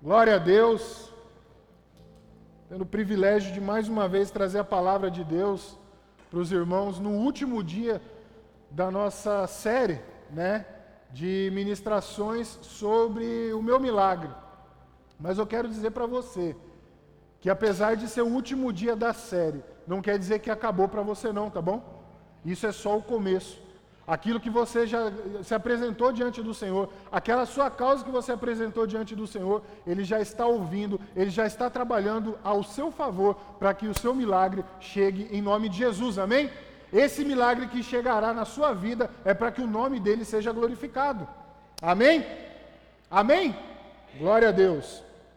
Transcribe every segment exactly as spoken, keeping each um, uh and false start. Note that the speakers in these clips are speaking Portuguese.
Glória a Deus, tendo o privilégio de mais uma vez trazer a palavra de Deus para os irmãos no último dia da nossa série, né, de ministrações sobre o meu milagre. Mas eu quero dizer para você que apesar de ser o último dia da série, não quer dizer que acabou para você não, tá bom? Isso é só o começo. Aquilo que você já se apresentou diante do Senhor, aquela sua causa que você apresentou diante do Senhor, Ele já está ouvindo, Ele já está trabalhando ao seu favor para que o seu milagre chegue em nome de Jesus, amém? Esse milagre que chegará na sua vida é para que o nome dEle seja glorificado, amém? Amém? Glória a Deus.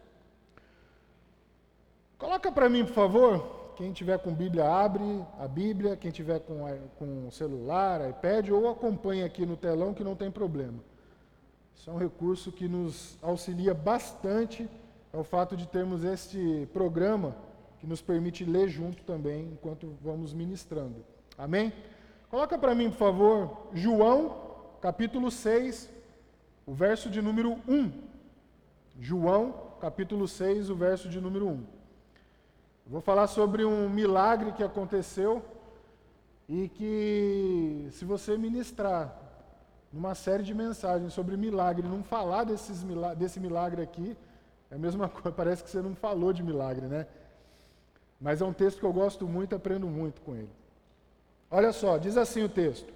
Coloca para mim, por favor. Quem tiver com Bíblia, abre a Bíblia. Quem tiver com, com celular, iPad, ou acompanha aqui no telão, que não tem problema. Isso é um recurso que nos auxilia bastante, é o fato de termos este programa, que nos permite ler junto também, enquanto vamos ministrando. Amém? Coloca para mim, por favor, João, capítulo seis, o verso de número um. João, capítulo seis, o verso de número um. Vou falar sobre um milagre que aconteceu e que, se você ministrar numa série de mensagens sobre milagre, não falar desses milagre, desse milagre aqui, é a mesma coisa, parece que você não falou de milagre, né? Mas é um texto que eu gosto muito, aprendo muito com ele. Olha só, diz assim o texto.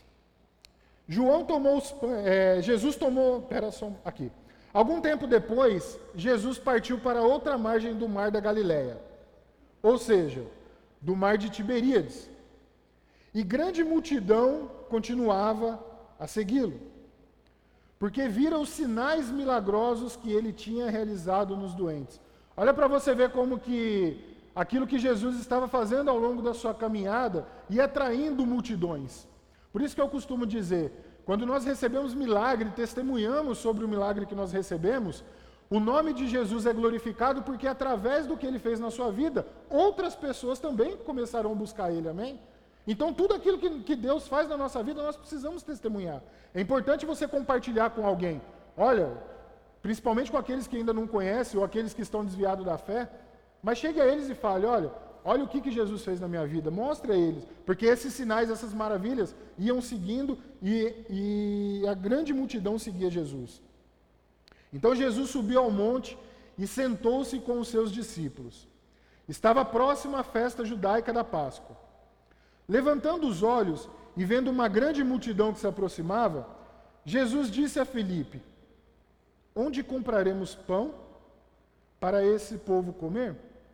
João tomou os pães, é, Jesus tomou, pera só aqui. Algum tempo depois, Jesus partiu para outra margem do mar da Galileia, ou seja, do mar de Tiberíades. E grande multidão continuava a segui-lo, porque viram os sinais milagrosos que ele tinha realizado nos doentes. Olha para você ver como que aquilo que Jesus estava fazendo ao longo da sua caminhada ia atraindo multidões. Por isso que eu costumo dizer, quando nós recebemos milagre, testemunhamos sobre o milagre que nós recebemos, o nome de Jesus é glorificado porque através do que Ele fez na sua vida, outras pessoas também começarão a buscar Ele, amém? Então tudo aquilo que, que Deus faz na nossa vida, nós precisamos testemunhar. É importante você compartilhar com alguém. Olha, principalmente com aqueles que ainda não conhecem ou aqueles que estão desviados da fé, mas chegue a eles e fale, olha, olha o que, que Jesus fez na minha vida, mostre a eles, porque esses sinais, essas maravilhas iam seguindo e, e a grande multidão seguia Jesus. Então Jesus subiu ao monte e sentou-se com os seus discípulos. Estava próxima a festa judaica da Páscoa. Levantando os olhos e vendo uma grande multidão que se aproximava, Jesus disse a Filipe, onde compraremos pão para esse povo comer?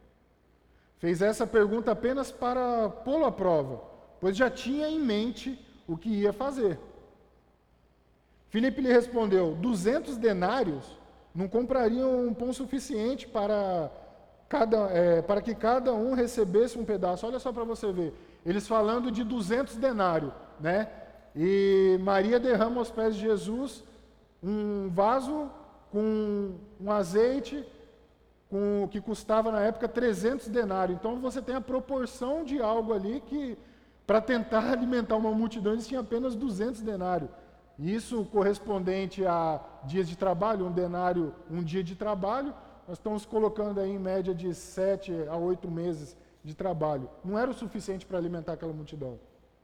Fez essa pergunta apenas para pô-lo à prova, pois já tinha em mente o que ia fazer. Filipe lhe respondeu, duzentos denários não comprariam um pão suficiente para, cada, é, para que cada um recebesse um pedaço. Olha só para você ver, eles falando de duzentos denários, né? E Maria derrama aos pés de Jesus um vaso com um azeite com, que custava na época trezentos denários. Então você tem a proporção de algo ali que, para tentar alimentar uma multidão, eles tinham apenas duzentos denários. Isso correspondente a dias de trabalho, um denário, um dia de trabalho, nós estamos colocando aí em média de sete a oito meses de trabalho. Não era o suficiente para alimentar aquela multidão.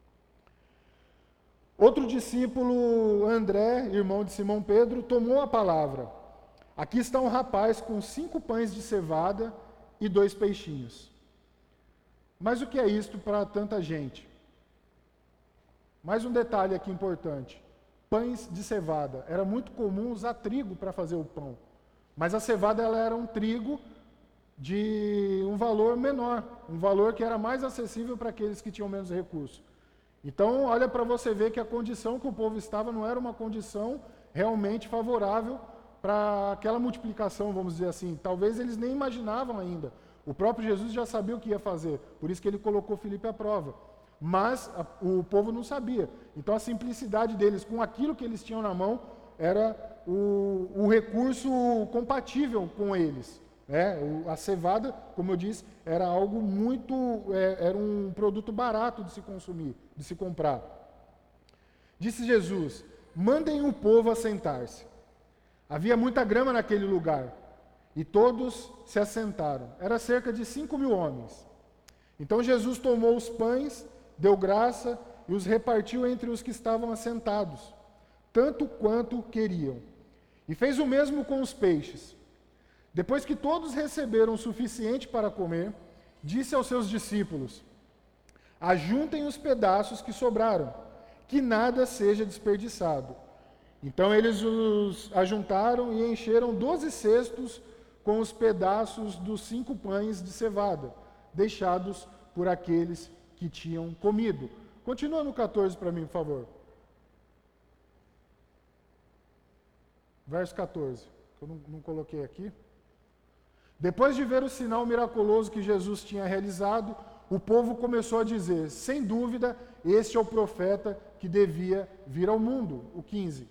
Outro discípulo, André, irmão de Simão Pedro, tomou a palavra. Aqui está um rapaz com cinco pães de cevada e dois peixinhos. Mas o que é isto para tanta gente? Mais um detalhe aqui importante. Pães de cevada. Era muito comum usar trigo para fazer o pão. Mas a cevada ela era um trigo de um valor menor, um valor que era mais acessível para aqueles que tinham menos recursos. Então, olha para você ver que a condição que o povo estava não era uma condição realmente favorável para aquela multiplicação, vamos dizer assim. Talvez eles nem imaginavam ainda. O próprio Jesus já sabia o que ia fazer, por isso que ele colocou Filipe à prova. Mas a, o povo não sabia. Então a simplicidade deles com aquilo que eles tinham na mão era o, o recurso compatível com eles. Né? O, a cevada, como eu disse, era algo muito, é, era um produto barato de se consumir, de se comprar. Disse Jesus, mandem o povo assentar-se. Havia muita grama naquele lugar. e todos se assentaram. Era cerca de cinco mil homens. Então Jesus tomou os pães, deu graça e os repartiu entre os que estavam assentados, tanto quanto queriam. E fez o mesmo com os peixes. Depois que todos receberam o suficiente para comer, disse aos seus discípulos: ajuntem os pedaços que sobraram, que nada seja desperdiçado. Então eles os ajuntaram e encheram doze cestos com os pedaços dos cinco pães de cevada, deixados por aqueles que tinham comido. Continua no catorze para mim, por favor. Verso catorze, que eu não, não coloquei aqui. Depois de ver o sinal miraculoso que Jesus tinha realizado, o povo começou a dizer: sem dúvida, este é o profeta que devia vir ao mundo. O quinze.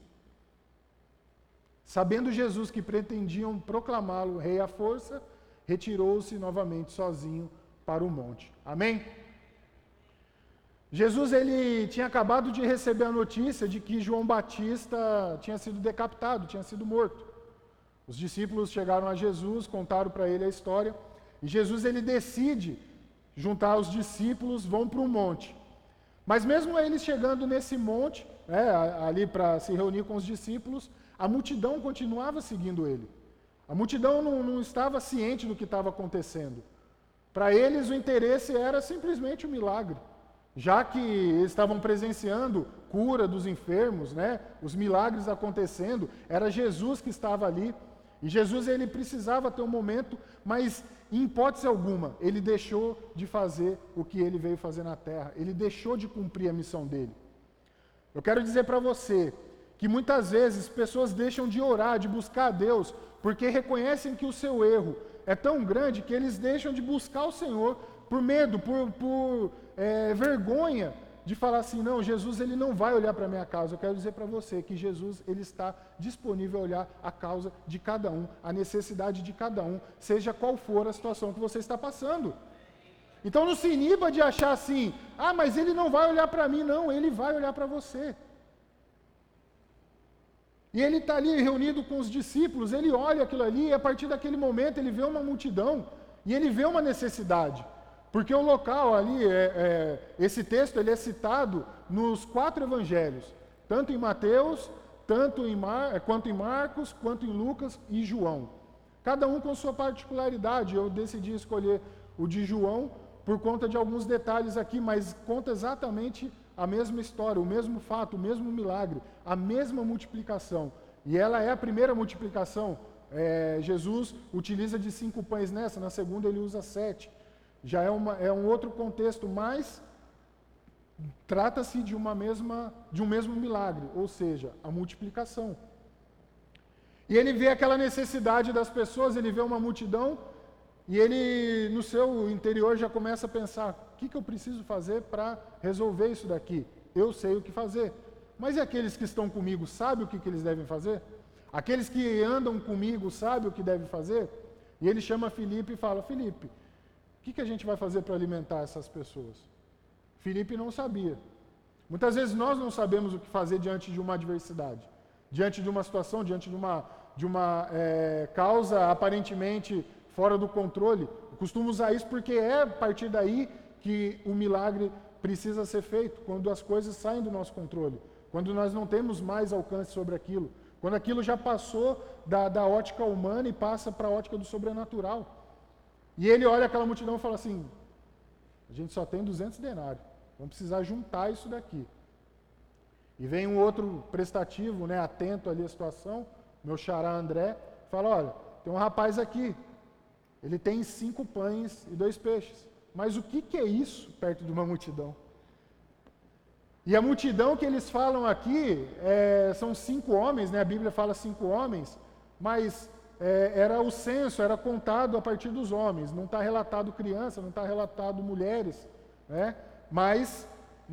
Sabendo Jesus que pretendiam proclamá-lo rei à força, retirou-se novamente sozinho para o monte. Amém? Jesus ele tinha acabado de receber a notícia de que João Batista tinha sido decapitado, tinha sido morto. Os discípulos chegaram a Jesus, contaram para ele a história, e Jesus ele decide juntar os discípulos, vão para o monte. Mas mesmo eles chegando nesse monte, né, ali para se reunir com os discípulos, a multidão continuava seguindo ele. A multidão não, não estava ciente do que estava acontecendo. Para eles o interesse era simplesmente o milagre. Já que eles estavam presenciando cura dos enfermos, né, os milagres acontecendo, era Jesus que estava ali. E Jesus ele precisava ter um momento, mas em hipótese alguma, ele deixou de fazer o que ele veio fazer na terra. Ele deixou de cumprir a missão dele. Eu quero dizer para você que muitas vezes pessoas deixam de orar, de buscar a Deus, porque reconhecem que o seu erro é tão grande que eles deixam de buscar o Senhor por medo, por, por é, vergonha de falar assim: não, Jesus ele não vai olhar para a minha causa. Eu quero dizer para você que Jesus ele está disponível a olhar a causa de cada um, a necessidade de cada um, seja qual for a situação que você está passando. Então não se iniba de achar assim: ah, mas ele não vai olhar para mim. Não, ele vai olhar para você. E ele está ali reunido com os discípulos, ele olha aquilo ali e a partir daquele momento ele vê uma multidão e ele vê uma necessidade. Porque o local ali, é, é, esse texto ele é citado nos quatro evangelhos, tanto em Mateus, tanto em Mar, quanto em Marcos, quanto em Lucas e João. Cada um com sua particularidade. Eu decidi escolher o de João por conta de alguns detalhes aqui, mas conta exatamente a mesma história, o mesmo fato, o mesmo milagre, a mesma multiplicação. E ela é a primeira multiplicação. É, Jesus utiliza de cinco pães nessa, na segunda ele usa sete. Já é, uma, é um outro contexto, mas trata-se de, uma mesma, de um mesmo milagre, ou seja, a multiplicação. E ele vê aquela necessidade das pessoas, ele vê uma multidão, e ele, no seu interior, já começa a pensar: o que, que eu preciso fazer para resolver isso daqui? Eu sei o que fazer. Mas e aqueles que estão comigo, sabem o que, que eles devem fazer? Aqueles que andam comigo, sabem o que devem fazer? E ele chama Filipe e fala: Filipe, o que, que a gente vai fazer para alimentar essas pessoas? Filipe não sabia. Muitas vezes nós não sabemos o que fazer diante de uma adversidade, diante de uma situação, diante de uma, de uma é, causa aparentemente fora do controle. Eu costumo usar isso porque é a partir daí que o milagre precisa ser feito, quando as coisas saem do nosso controle, quando nós não temos mais alcance sobre aquilo, quando aquilo já passou da, da ótica humana e passa para a ótica do sobrenatural. E ele olha aquela multidão e fala assim: a gente só tem duzentos denários, vamos precisar juntar isso daqui. E vem um outro prestativo, né, atento ali à situação, meu xará André, fala: olha, tem um rapaz aqui, ele tem cinco pães e dois peixes. Mas o que, que é isso perto de uma multidão? E a multidão que eles falam aqui é, são cinco homens, né? A Bíblia fala cinco homens, mas é, era o censo, era contado a partir dos homens. Não está relatado criança, não está relatado mulheres, né? Mas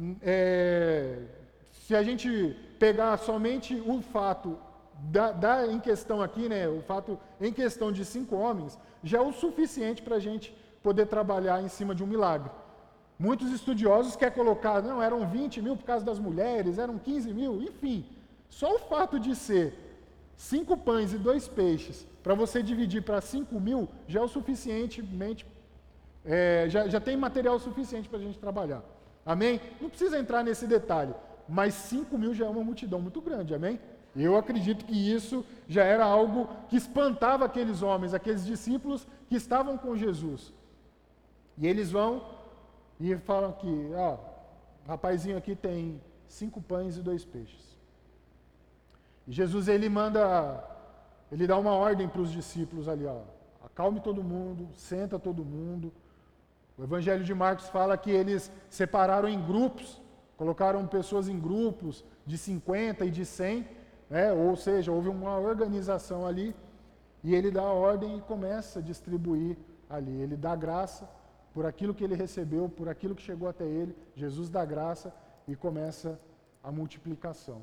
é, se a gente pegar somente o fato da, da, em questão aqui, né? O fato em questão de cinco homens, já é o suficiente para a gente poder trabalhar em cima de um milagre. Muitos estudiosos querem colocar, não, eram vinte mil por causa das mulheres, eram quinze mil, enfim. Só o fato de ser Cinco pães e dois peixes, para você dividir para cinco mil, já é o suficientemente, é, já, já tem material suficiente para a gente trabalhar. Amém? Não precisa entrar nesse detalhe, mas cinco mil já é uma multidão muito grande, amém? Eu acredito que isso já era algo que espantava aqueles homens, aqueles discípulos que estavam com Jesus. E eles vão e falam que, ó, o rapazinho aqui tem cinco pães e dois peixes. E Jesus, ele manda, ele dá uma ordem para os discípulos ali, ó, acalme todo mundo, senta todo mundo. O Evangelho de Marcos fala que eles separaram em grupos, colocaram pessoas em grupos de cinquenta e de cem, né? Ou seja, houve uma organização ali, e ele dá a ordem e começa a distribuir ali. Ele dá graça por aquilo que ele recebeu, por aquilo que chegou até ele. Jesus dá graça e começa a multiplicação.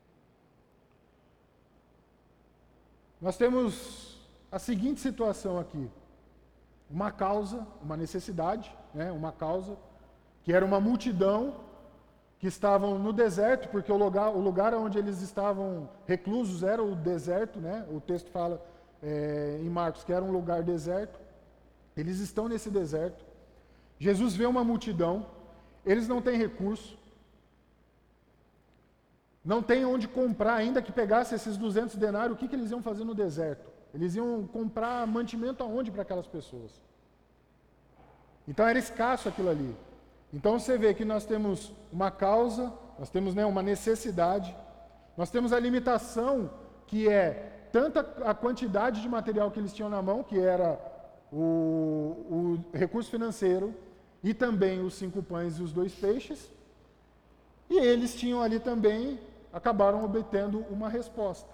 Nós temos a seguinte situação aqui. Uma causa, uma necessidade, né? Uma causa, que era uma multidão que estavam no deserto, porque o lugar, o lugar onde eles estavam reclusos era o deserto, né? O texto fala é, em Marcos que era um lugar deserto. Eles estão nesse deserto. Jesus vê uma multidão, eles não têm recurso, não tem onde comprar, ainda que pegasse esses duzentos denários, o que, que eles iam fazer no deserto? Eles iam comprar mantimento aonde para aquelas pessoas? Então era escasso aquilo ali. Então você vê que nós temos uma causa, nós temos, né, uma necessidade, nós temos a limitação, que é tanta a quantidade de material que eles tinham na mão, que era o, o recurso financeiro, e também os cinco pães e os dois peixes, e eles tinham ali também, acabaram obtendo uma resposta.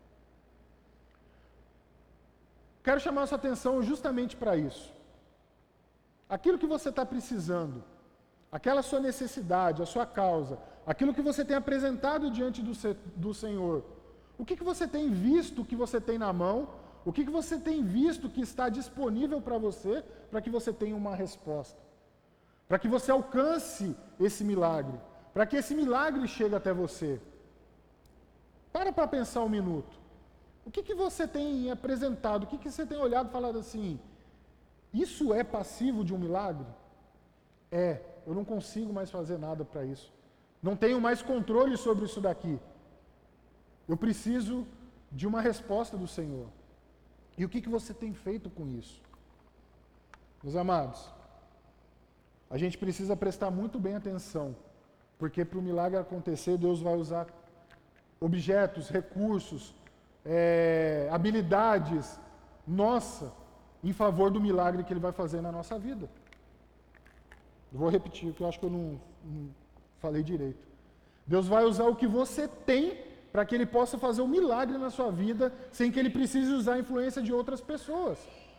Quero chamar a sua atenção justamente para isso. Aquilo que você está precisando, aquela sua necessidade, a sua causa, aquilo que você tem apresentado diante do, do Senhor, o que, que você tem visto que você tem na mão, o que, que você tem visto que está disponível para você, para que você tenha uma resposta, para que você alcance esse milagre, para que esse milagre chegue até você. Para para pensar um minuto. O que, que você tem apresentado, o que, que você tem olhado e falado assim, isso é passivo de um milagre? É, eu não consigo mais fazer nada para isso. Não tenho mais controle sobre isso daqui. Eu preciso de uma resposta do Senhor. E o que, que você tem feito com isso? Meus amados, a gente precisa prestar muito bem atenção, porque para o milagre acontecer, Deus vai usar objetos, recursos, é, habilidades, nossa, em favor do milagre que Ele vai fazer na nossa vida. Eu vou repetir, porque eu acho que eu não, não falei direito. Deus vai usar o que você tem para que Ele possa fazer um milagre na sua vida, sem que Ele precise usar a influência de outras pessoas.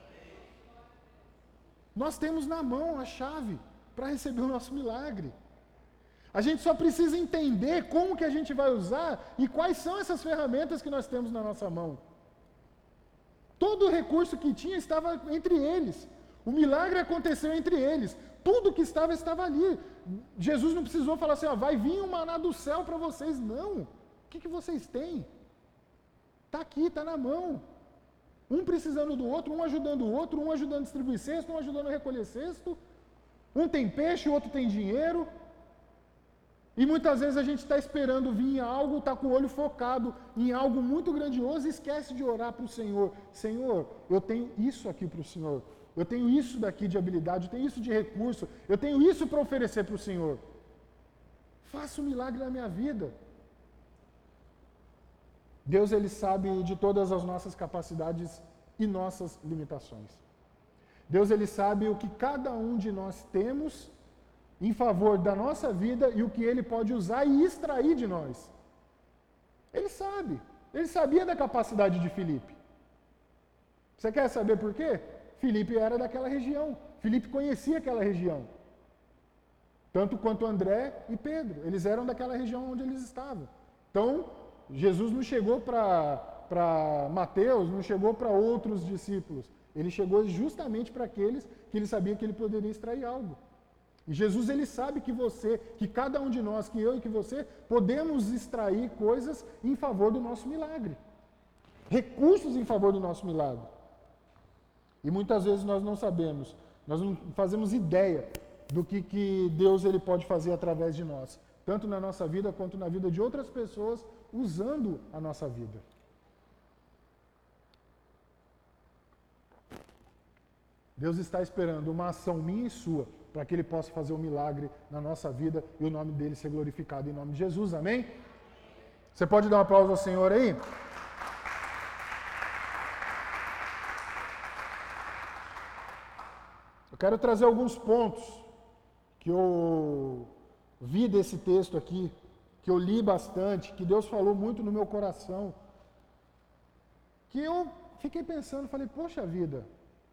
Nós temos na mão a chave para receber o nosso milagre. A gente só precisa entender como que a gente vai usar e quais são essas ferramentas que nós temos na nossa mão. Todo o recurso que tinha estava entre eles. O milagre aconteceu entre eles. Tudo que estava, estava ali. Jesus não precisou falar assim, ó, vai vir um maná do céu para vocês. Não. O que, que vocês têm? Está aqui, está na mão. Um precisando do outro, um ajudando o outro, um ajudando a distribuir cesto, um ajudando a recolher cesto. Um tem peixe, o outro tem dinheiro. E muitas vezes a gente está esperando vir algo, está com o olho focado em algo muito grandioso e esquece de orar para o Senhor. Senhor, eu tenho isso aqui para o Senhor. Eu tenho isso daqui de habilidade, eu tenho isso de recurso, eu tenho isso para oferecer para o Senhor. Faça um milagre na minha vida. Deus, Ele sabe de todas as nossas capacidades e nossas limitações. Deus, Ele sabe o que cada um de nós temos em favor da nossa vida e o que Ele pode usar e extrair de nós. Ele sabe. Ele sabia da capacidade de Filipe. Você quer saber por quê? Filipe era daquela região. Filipe conhecia aquela região. Tanto quanto André e Pedro. Eles eram daquela região onde eles estavam. Então, Jesus não chegou para Mateus, não chegou para outros discípulos. Ele chegou justamente para aqueles que ele sabia que ele poderia extrair algo. E Jesus, ele sabe que você, que cada um de nós, que eu e que você, podemos extrair coisas em favor do nosso milagre. recursos em favor do nosso milagre. E muitas vezes nós não sabemos, nós não fazemos ideia do que, que Deus ele pode fazer através de nós, tanto na nossa vida quanto na vida de outras pessoas, usando a nossa vida. Deus está esperando uma ação minha e sua, para que Ele possa fazer um milagre na nossa vida e o nome dele ser glorificado em nome de Jesus, amém? Você pode dar um aplauso ao Senhor aí? Eu quero trazer alguns pontos que eu vi desse texto aqui, que eu li bastante, que Deus falou muito no meu coração, que eu fiquei pensando, falei, poxa vida,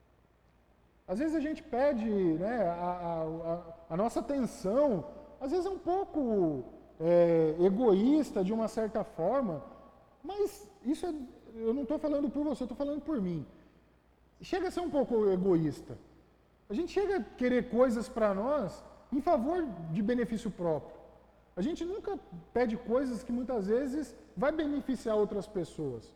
às vezes a gente pede, né, a, a, a nossa atenção, às vezes é um pouco é, egoísta de uma certa forma, mas isso é, eu não estou falando por você, eu estou falando por mim. Chega a ser um pouco egoísta. A gente chega a querer coisas para nós em favor de benefício próprio. A gente nunca pede coisas que muitas vezes vai beneficiar outras pessoas.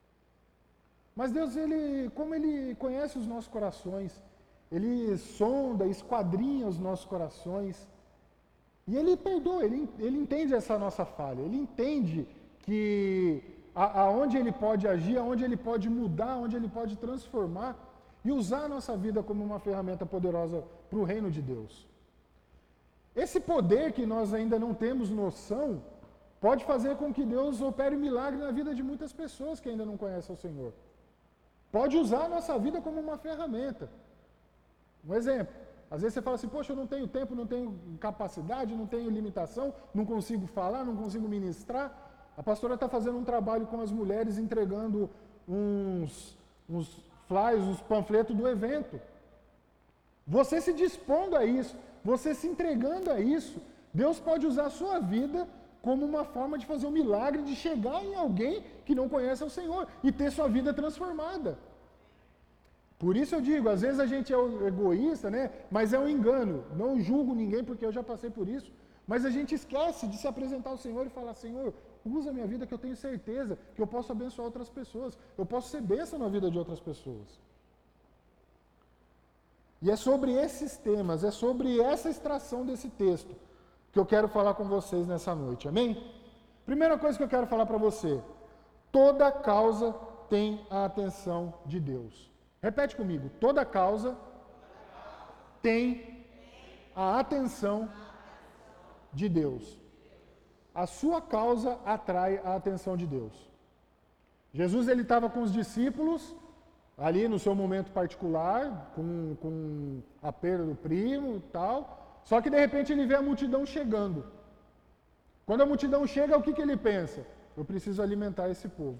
Mas Deus, ele, como Ele conhece os nossos corações, Ele sonda, esquadrinha os nossos corações. E Ele perdoa, Ele, ele entende essa nossa falha. Ele entende que a, aonde Ele pode agir, aonde Ele pode mudar, aonde Ele pode transformar e usar a nossa vida como uma ferramenta poderosa para o reino de Deus. Esse poder que nós ainda não temos noção pode fazer com que Deus opere milagre na vida de muitas pessoas que ainda não conhecem o Senhor. Pode usar a nossa vida como uma ferramenta. Um exemplo, às vezes você fala assim, poxa, eu não tenho tempo, não tenho capacidade, não tenho limitação, não consigo falar, não consigo ministrar. A pastora está fazendo um trabalho com as mulheres, entregando uns, uns flyers, uns panfletos do evento. Você se dispondo a isso, você se entregando a isso, Deus pode usar a sua vida como uma forma de fazer um milagre, de chegar em alguém que não conhece o Senhor e ter sua vida transformada. Por isso eu digo, às vezes a gente é egoísta, né? Mas é um engano. Não julgo ninguém porque eu já passei por isso. Mas a gente esquece de se apresentar ao Senhor e falar, Senhor, usa a minha vida que eu tenho certeza que eu posso abençoar outras pessoas. Eu posso ser bênção na vida de outras pessoas. E é sobre esses temas, é sobre essa extração desse texto que eu quero falar com vocês nessa noite. Amém? Primeira coisa que eu quero falar para você. Toda causa tem a atenção de Deus. Repete comigo. Toda causa tem a atenção de Deus. A sua causa atrai a atenção de Deus. Jesus ele estava com os discípulos ali no seu momento particular, com, com a perda do primo e tal. Só que de repente ele vê a multidão chegando. Quando a multidão chega, o que, que ele pensa? Eu preciso alimentar esse povo.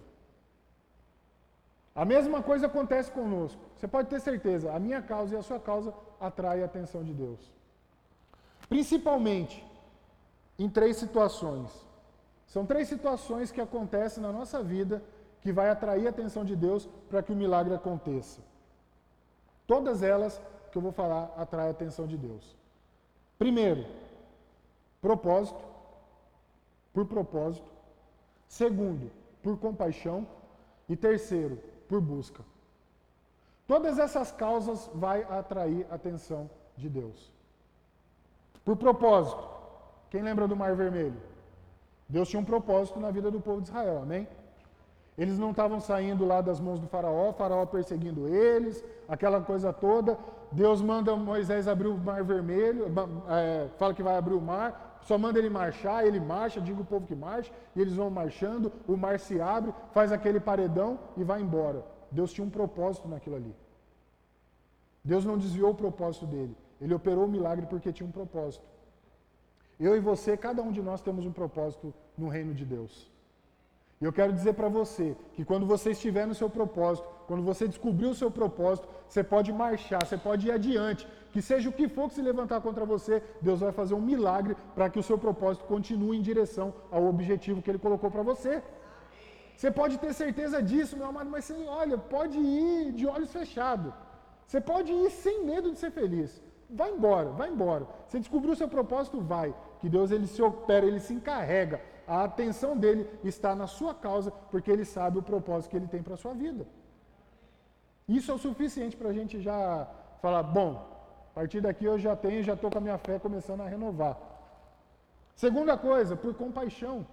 A mesma coisa acontece conosco. Você pode ter certeza, a minha causa e a sua causa atraem a atenção de Deus. Principalmente em três situações. São três situações que acontecem na nossa vida que vai atrair a atenção de Deus para que o milagre aconteça. Todas elas que eu vou falar atraem a atenção de Deus. Primeiro, propósito, por propósito. Segundo, por compaixão. E terceiro, por busca. Todas essas causas vão atrair a atenção de Deus. Por propósito. Quem lembra do Mar Vermelho? Deus tinha um propósito na vida do povo de Israel, amém? Eles não estavam saindo lá das mãos do faraó, o faraó perseguindo eles, aquela coisa toda. Deus manda Moisés abrir o Mar Vermelho, é, fala que vai abrir o mar, só manda ele marchar, ele marcha, diga o povo que marche, e eles vão marchando, o mar se abre, faz aquele paredão e vai embora. Deus tinha um propósito naquilo ali. Deus não desviou o propósito dele. Ele operou o milagre porque tinha um propósito. Eu e você, cada um de nós temos um propósito no reino de Deus. E eu quero dizer para você que quando você estiver no seu propósito, quando você descobrir o seu propósito, você pode marchar, você pode ir adiante, que seja o que for que se levantar contra você, Deus vai fazer um milagre para que o seu propósito continue em direção ao objetivo que Ele colocou para você. Você pode ter certeza disso, meu amado, mas você, olha, pode ir de olhos fechados. Você pode ir sem medo de ser feliz. Vai embora, vai embora. Você descobriu o seu propósito, vai. Que Deus ele se opera, ele se encarrega A atenção dele está na sua causa, porque ele sabe o propósito que ele tem para a sua vida. Isso é o suficiente para a gente já falar, bom, a partir daqui eu já tenho, já estou com a minha fé começando a renovar. Segunda coisa, por compaixão.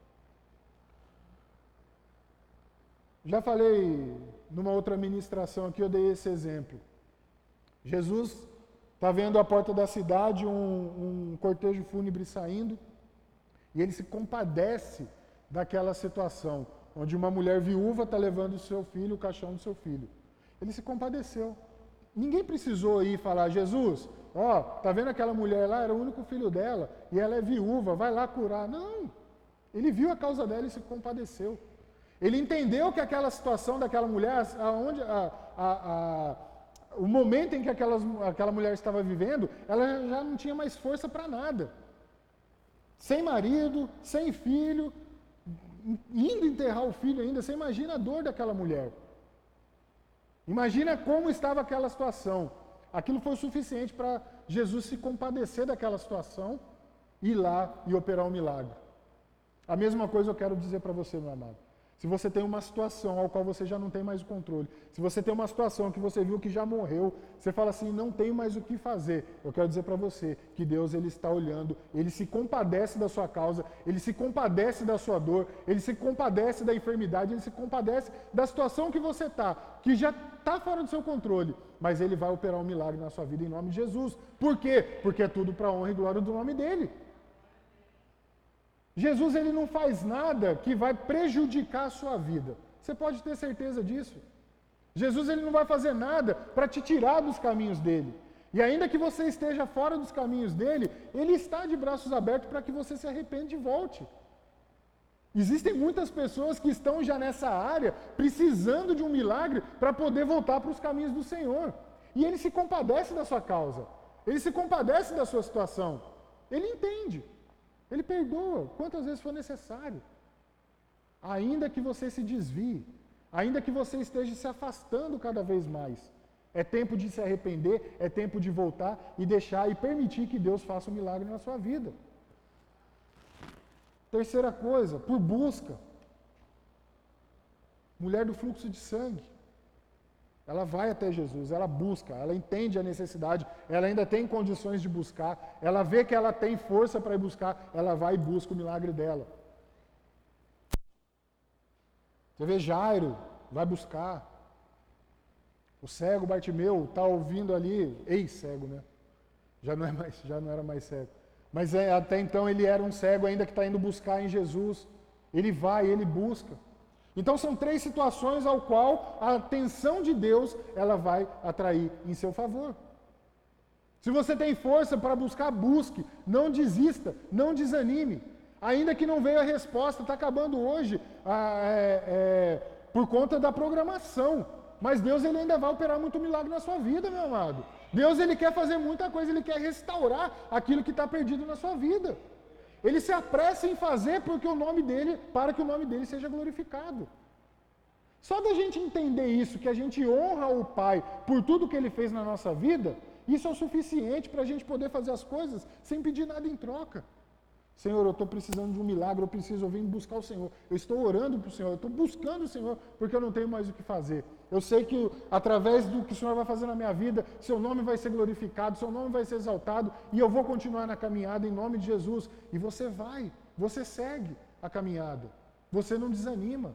Já falei numa outra ministração aqui, eu dei esse exemplo. Jesus está vendo à porta da cidade um, um cortejo fúnebre saindo e ele se compadece daquela situação, onde uma mulher viúva está levando o seu filho, o caixão do seu filho. Ele se compadeceu. Ninguém precisou ir falar, Jesus, ó, tá vendo aquela mulher lá, era o único filho dela, e ela é viúva, vai lá curar. Não, ele viu a causa dela e se compadeceu. Ele entendeu que aquela situação daquela mulher, aonde, a, a, a, o momento em que aquelas, aquela mulher estava vivendo, ela já não tinha mais força para nada. Sem marido, sem filho, indo enterrar o filho ainda, você imagina a dor daquela mulher. Imagina como estava aquela situação. Aquilo foi o suficiente para Jesus se compadecer daquela situação, ir lá e operar um milagre. A mesma coisa eu quero dizer para você, meu amado. Se você tem uma situação ao qual você já não tem mais o controle, se você tem uma situação que você viu que já morreu, você fala assim, não tenho mais o que fazer. Eu quero dizer para você que Deus ele está olhando, ele se compadece da sua causa, ele se compadece da sua dor, ele se compadece da enfermidade, ele se compadece da situação que você está, que já está fora do seu controle, mas ele vai operar um milagre na sua vida em nome de Jesus. Por quê? Porque é tudo para a honra e glória do nome dele. Jesus ele não faz nada que vai prejudicar a sua vida. Você pode ter certeza disso. Jesus ele não vai fazer nada para te tirar dos caminhos dele. E ainda que você esteja fora dos caminhos dele, ele está de braços abertos para que você se arrependa e volte. Existem muitas pessoas que estão já nessa área, precisando de um milagre para poder voltar para os caminhos do Senhor. E ele se compadece da sua causa. Ele se compadece da sua situação. Ele entende. Ele perdoa quantas vezes for necessário. Ainda que você se desvie, ainda que você esteja se afastando cada vez mais, é tempo de se arrepender, é tempo de voltar e deixar e permitir que Deus faça um milagre na sua vida. Terceira coisa, por busca. Mulher do fluxo de sangue. Ela vai até Jesus, ela busca, ela entende a necessidade, ela ainda tem condições de buscar, ela vê que ela tem força para ir buscar, ela vai e busca o milagre dela. Você vê Jairo, vai buscar. O cego Bartimeu está ouvindo ali, ex-cego, né? Já não, é mais, já não era mais cego. Mas é, até então ele era um cego ainda que está indo buscar em Jesus. Ele vai, ele busca. Então são três situações ao qual a atenção de Deus ela vai atrair em seu favor. Se você tem força para buscar, busque. Não desista, não desanime. Ainda que não veja a resposta, está acabando hoje ah, é, é, por conta da programação. Mas Deus ele ainda vai operar muito milagre na sua vida, meu amado. Deus ele quer fazer muita coisa, ele quer restaurar aquilo que está perdido na sua vida. Ele se apressa em fazer porque o nome dele, para que o nome dele seja glorificado. Só da gente entender isso, que a gente honra o Pai por tudo que ele fez na nossa vida, isso é o suficiente para a gente poder fazer as coisas sem pedir nada em troca. Senhor, eu estou precisando de um milagre, eu preciso vir buscar o Senhor. Eu estou orando para o Senhor, eu estou buscando o Senhor, porque eu não tenho mais o que fazer. Eu sei que através do que o Senhor vai fazer na minha vida, seu nome vai ser glorificado, seu nome vai ser exaltado, e eu vou continuar na caminhada em nome de Jesus. E você vai, você segue a caminhada, você não desanima.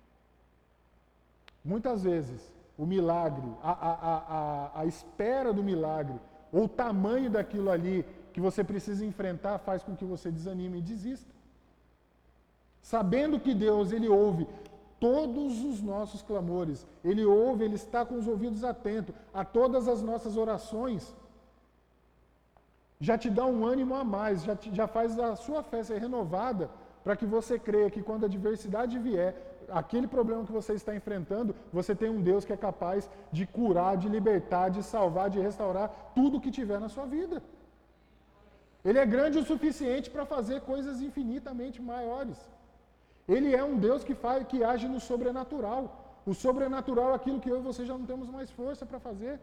Muitas vezes, o milagre, a, a, a, a, a espera do milagre, ou o tamanho daquilo ali, que você precisa enfrentar, faz com que você desanime e desista. Sabendo que Deus, ele ouve todos os nossos clamores, ele ouve, ele está com os ouvidos atentos a todas as nossas orações, já te dá um ânimo a mais, já, te, já faz a sua fé ser renovada, para que você creia que quando a adversidade vier, aquele problema que você está enfrentando, você tem um Deus que é capaz de curar, de libertar, de salvar, de restaurar tudo que tiver na sua vida. Ele é grande o suficiente para fazer coisas infinitamente maiores. Ele é um Deus que, faz, que age no sobrenatural. O sobrenatural é aquilo que eu e você já não temos mais força para fazer.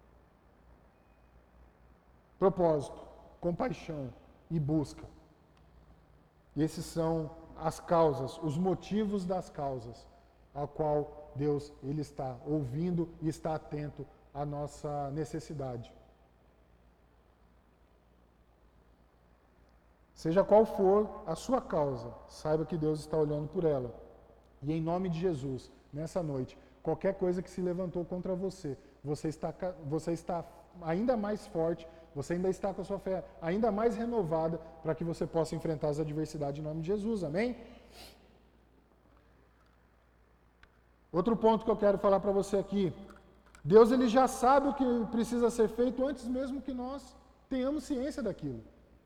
Propósito, compaixão e busca. E esses são as causas, os motivos das causas, ao qual Deus ele está ouvindo e está atento à nossa necessidade. Seja qual for a sua causa, saiba que Deus está olhando por ela. E em nome de Jesus, nessa noite, qualquer coisa que se levantou contra você, você está, você está ainda mais forte, você ainda está com a sua fé ainda mais renovada para que você possa enfrentar as adversidades em nome de Jesus, amém? Outro ponto que eu quero falar para você aqui, Deus ele já sabe o que precisa ser feito antes mesmo que nós tenhamos ciência daquilo.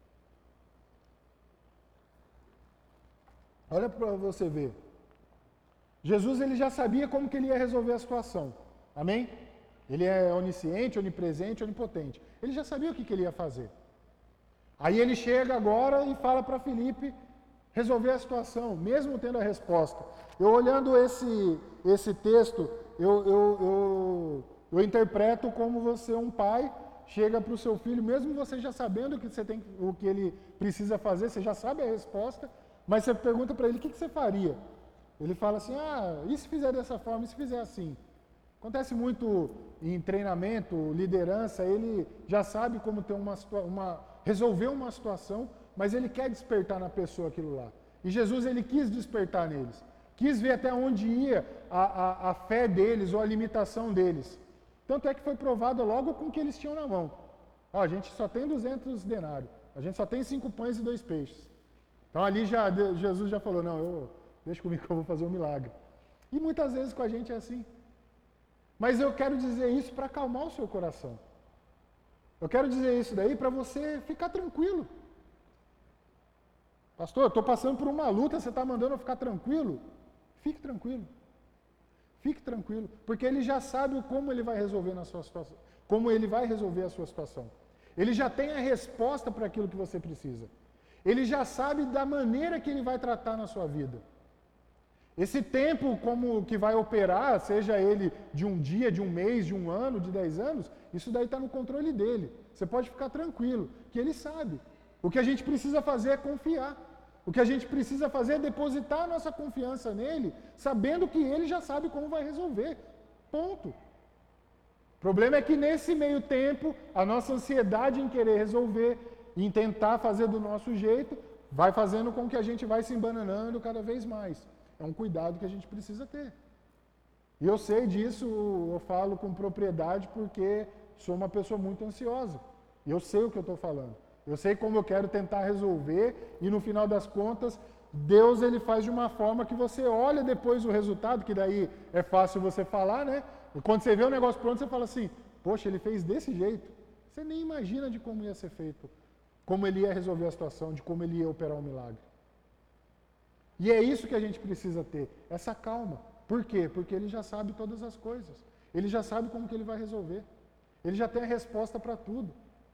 Olha para você ver. Jesus ele já sabia como que ele ia resolver a situação. Amém? Ele é onisciente, onipresente, onipotente. Ele já sabia o que, que ele ia fazer. Aí ele chega agora e fala para Filipe resolver a situação, mesmo tendo a resposta. Eu olhando esse, esse texto, eu, eu, eu, eu interpreto como você, um pai, chega para o seu filho, mesmo você já sabendo o que, você tem, o que ele precisa fazer, você já sabe a resposta, mas você pergunta para ele, o que, que você faria? Ele fala assim, ah, e se fizer dessa forma, e se fizer assim? Acontece muito em treinamento, liderança, ele já sabe como ter uma, uma, resolver uma situação, mas ele quer despertar na pessoa aquilo lá. E Jesus, ele quis despertar neles. Quis ver até onde ia a, a, a fé deles ou a limitação deles. Tanto é que foi provado logo com o que eles tinham na mão. Ó, a gente só tem duzentos denários, a gente só tem cinco pães e dois peixes. Então ali já, Jesus já falou, não, eu, deixa comigo que eu vou fazer um milagre. E muitas vezes com a gente é assim. Mas eu quero dizer isso para acalmar o seu coração. Eu quero dizer isso daí para você ficar tranquilo. Pastor, eu estou passando por uma luta, você está mandando eu ficar tranquilo? Fique tranquilo. Fique tranquilo. Porque ele já sabe como ele vai resolver na sua situação. Como ele vai resolver a sua situação. Ele já tem a resposta para aquilo que você precisa. Ele já sabe da maneira que ele vai tratar na sua vida. Esse tempo como que vai operar, seja ele de um dia, de um mês, de um ano, de dez anos, isso daí está no controle dele. Você pode ficar tranquilo, que ele sabe. O que a gente precisa fazer é confiar. O que a gente precisa fazer é depositar a nossa confiança nele, sabendo que ele já sabe como vai resolver. Ponto. O problema é que nesse meio tempo, a nossa ansiedade em querer resolver, em tentar fazer do nosso jeito, vai fazendo com que a gente vai se embananando cada vez mais. É um cuidado que a gente precisa ter. E eu sei disso, eu falo com propriedade porque sou uma pessoa muito ansiosa. E eu sei o que eu estou falando. Eu sei como eu quero tentar resolver e no final das contas, Deus ele faz de uma forma que você olha depois o resultado, que daí é fácil você falar, né? E quando você vê o negócio pronto, você fala assim, poxa, ele fez desse jeito. Você nem imagina de como ia ser feito, como ele ia resolver a situação, de como ele ia operar um milagre. E é isso que a gente precisa ter, essa calma. Por quê? Porque ele já sabe todas as coisas. Ele já sabe como que ele vai resolver. Ele já tem a resposta para tudo.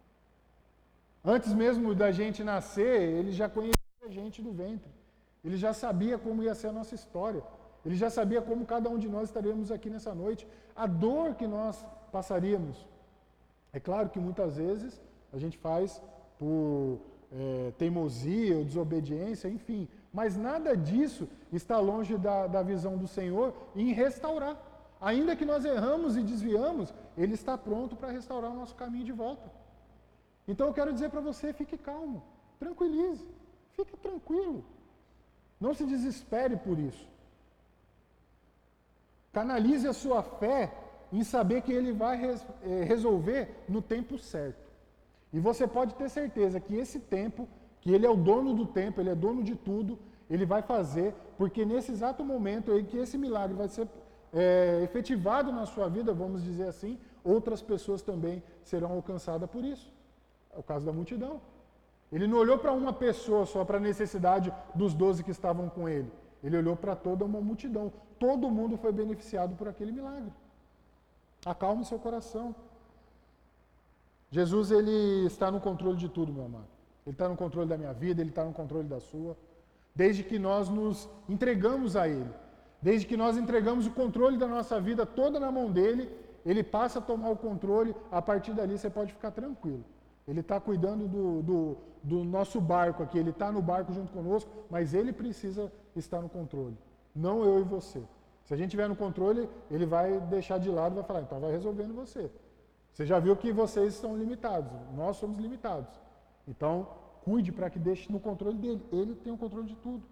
Antes mesmo da gente nascer, ele já conhecia a gente do ventre. Ele já sabia como ia ser a nossa história. Ele já sabia como cada um de nós estaríamos aqui nessa noite. A dor que nós passaríamos. É claro que muitas vezes a gente faz por é, teimosia ou desobediência, enfim. Mas nada disso está longe da, da visão do Senhor em restaurar. Ainda que nós erramos e desviamos, Ele está pronto para restaurar o nosso caminho de volta. Então eu quero dizer para você, fique calmo, tranquilize, fique tranquilo. Não se desespere por isso. Canalize a sua fé em saber que Ele vai res, é, resolver no tempo certo. E você pode ter certeza que esse tempo, que Ele é o dono do tempo, Ele é dono de tudo, Ele vai fazer, porque nesse exato momento em que esse milagre vai ser é, efetivado na sua vida, vamos dizer assim, outras pessoas também serão alcançadas por isso. É o caso da multidão. Ele não olhou para uma pessoa só, para a necessidade dos doze que estavam com ele. Ele olhou para toda uma multidão. Todo mundo foi beneficiado por aquele milagre. Acalme seu coração. Jesus, ele está no controle de tudo, meu amado. Ele está no controle da minha vida, Ele está no controle da sua. Desde que nós nos entregamos a Ele. Desde que nós entregamos o controle da nossa vida toda na mão dEle, Ele passa a tomar o controle, a partir dali você pode ficar tranquilo. Ele está cuidando do, do, do nosso barco aqui, ele está no barco junto conosco, mas ele precisa estar no controle, não eu e você. Se a gente estiver no controle, ele vai deixar de lado e vai falar, então vai resolvendo você. Você já viu que vocês são limitados, nós somos limitados. Então, cuide para que deixe no controle dele. Ele tem o controle de tudo.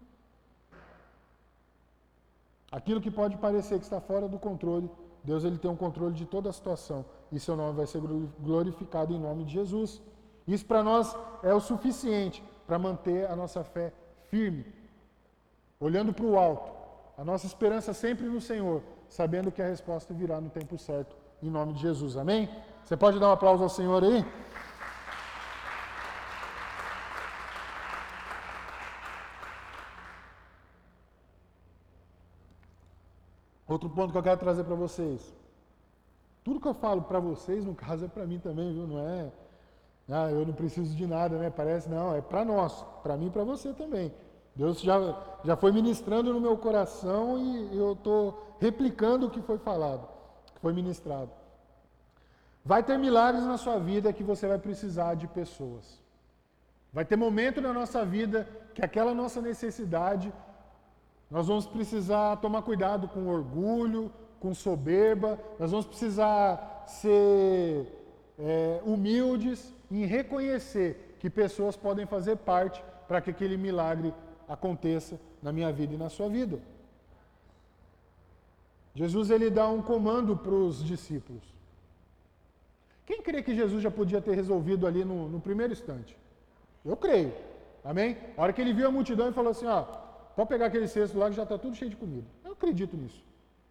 Aquilo que pode parecer que está fora do controle, Deus ele tem o controle de toda a situação. E seu nome vai ser glorificado em nome de Jesus. Isso para nós é o suficiente para manter a nossa fé firme, olhando para o alto. A nossa esperança sempre no Senhor, sabendo que a resposta virá no tempo certo, em nome de Jesus. Amém? Você pode dar um aplauso ao Senhor aí? Outro ponto que eu quero trazer para vocês. Tudo que eu falo para vocês, no caso, é para mim também, viu? Não é, ah, eu não preciso de nada, né? Parece, não, é para nós, para mim e para você também. Deus já, já foi ministrando no meu coração e eu estou replicando o que foi falado, que foi ministrado. Vai ter milagres na sua vida que você vai precisar de pessoas. Vai ter momento na nossa vida que aquela nossa necessidade, nós vamos precisar tomar cuidado com orgulho, com soberba, nós vamos precisar ser é, humildes em reconhecer que pessoas podem fazer parte para que aquele milagre aconteça na minha vida e na sua vida. Jesus ele dá um comando para os discípulos. Quem crê que Jesus já podia ter resolvido ali no, no primeiro instante? Eu creio. Amém? A hora que ele viu a multidão e falou assim, ó, pode pegar aquele cesto lá que já está tudo cheio de comida. Eu acredito nisso.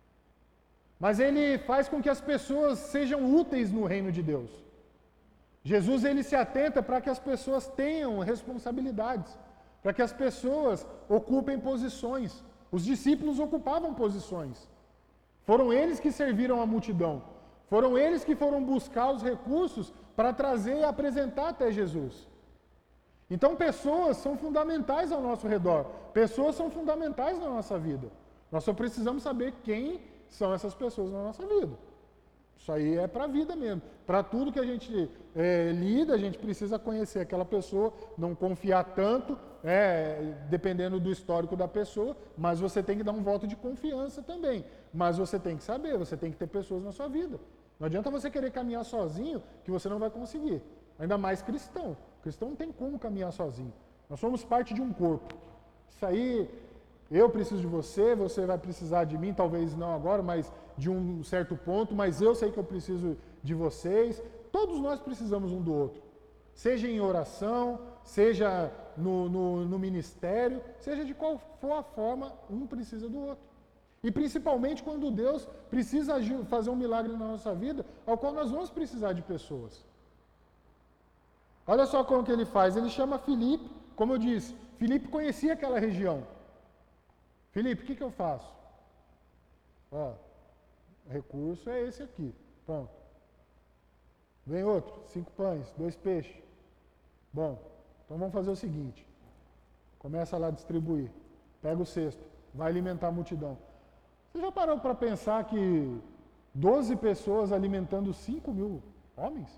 Mas ele faz com que as pessoas sejam úteis no reino de Deus. Jesus ele se atenta para que as pessoas tenham responsabilidades, para que as pessoas ocupem posições. Os discípulos ocupavam posições. Foram eles que serviram a multidão. Foram eles que foram buscar os recursos para trazer e apresentar até Jesus. Então, pessoas são fundamentais ao nosso redor. Pessoas são fundamentais na nossa vida. Nós só precisamos saber quem são essas pessoas na nossa vida. Isso aí é para a vida mesmo. Para tudo que a gente é, lida, a gente precisa conhecer aquela pessoa, não confiar tanto, é, dependendo do histórico da pessoa, mas você tem que dar um voto de confiança também. Mas você tem que saber, você tem que ter pessoas na sua vida. Não adianta você querer caminhar sozinho, que você não vai conseguir. Ainda mais cristão. Cristão não tem como caminhar sozinho. Nós somos parte de um corpo. Isso aí, eu preciso de você, você vai precisar de mim, talvez não agora, mas de um certo ponto, mas eu sei que eu preciso de vocês. Todos nós precisamos um do outro. Seja em oração, seja no, no, no ministério, seja de qual for a forma, um precisa do outro. E principalmente quando Deus precisa agir, fazer um milagre na nossa vida, ao qual nós vamos precisar de pessoas. Olha só como que ele faz. Ele chama Filipe, como eu disse, Filipe conhecia aquela região. Filipe, o que, que eu faço? Ó, o recurso é esse aqui. Pronto. Vem outro, cinco pães, dois peixes. Bom, então vamos fazer o seguinte. Começa lá a distribuir. Pega o cesto, vai alimentar a multidão. Você já parou para pensar que doze pessoas alimentando cinco mil homens?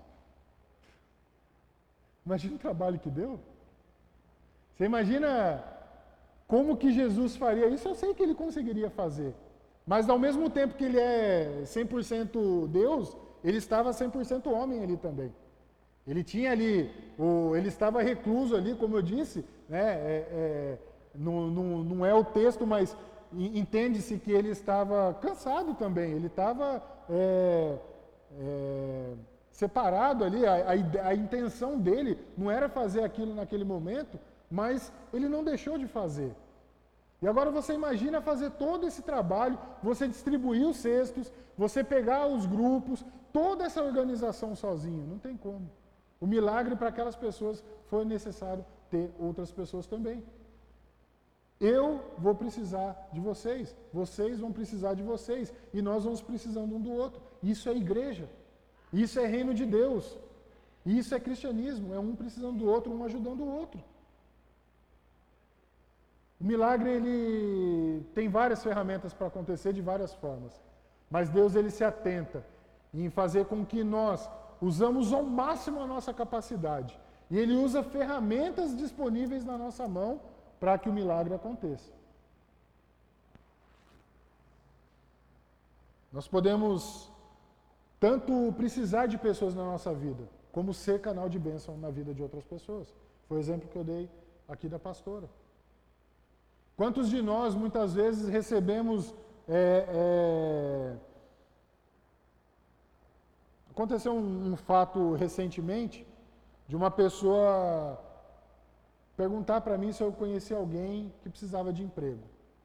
Imagina o trabalho que deu. Você imagina como que Jesus faria isso? Eu sei que ele conseguiria fazer. Mas ao mesmo tempo que ele é cem por cento Deus, ele estava cem por cento homem ali também. Ele tinha ali, o, ele estava recluso ali, como eu disse, né? É, é, não, não, não é o texto, mas entende-se que ele estava cansado também. Ele estava é, é, separado ali. A, a, a intenção dele não era fazer aquilo naquele momento, mas ele não deixou de fazer. E agora você imagina fazer todo esse trabalho, você distribuir os cestos, você pegar os grupos, toda essa organização sozinho. Não tem como. O milagre para aquelas pessoas foi necessário ter outras pessoas também. Eu vou precisar de vocês, vocês vão precisar de vocês, e nós vamos precisando um do outro. Isso é igreja, isso é reino de Deus, isso é cristianismo, é um precisando do outro, um ajudando o outro. O milagre ele tem várias ferramentas para acontecer de várias formas, mas Deus ele se atenta em fazer com que nós usamos ao máximo a nossa capacidade. E Ele usa ferramentas disponíveis na nossa mão para que o milagre aconteça. Nós podemos tanto precisar de pessoas na nossa vida, como ser canal de bênção na vida de outras pessoas. Foi o exemplo que eu dei aqui da pastora. Quantos de nós, muitas vezes, recebemos... É, é... Aconteceu um, um fato recentemente, de uma pessoa perguntar para mim se eu conhecia alguém que precisava de emprego.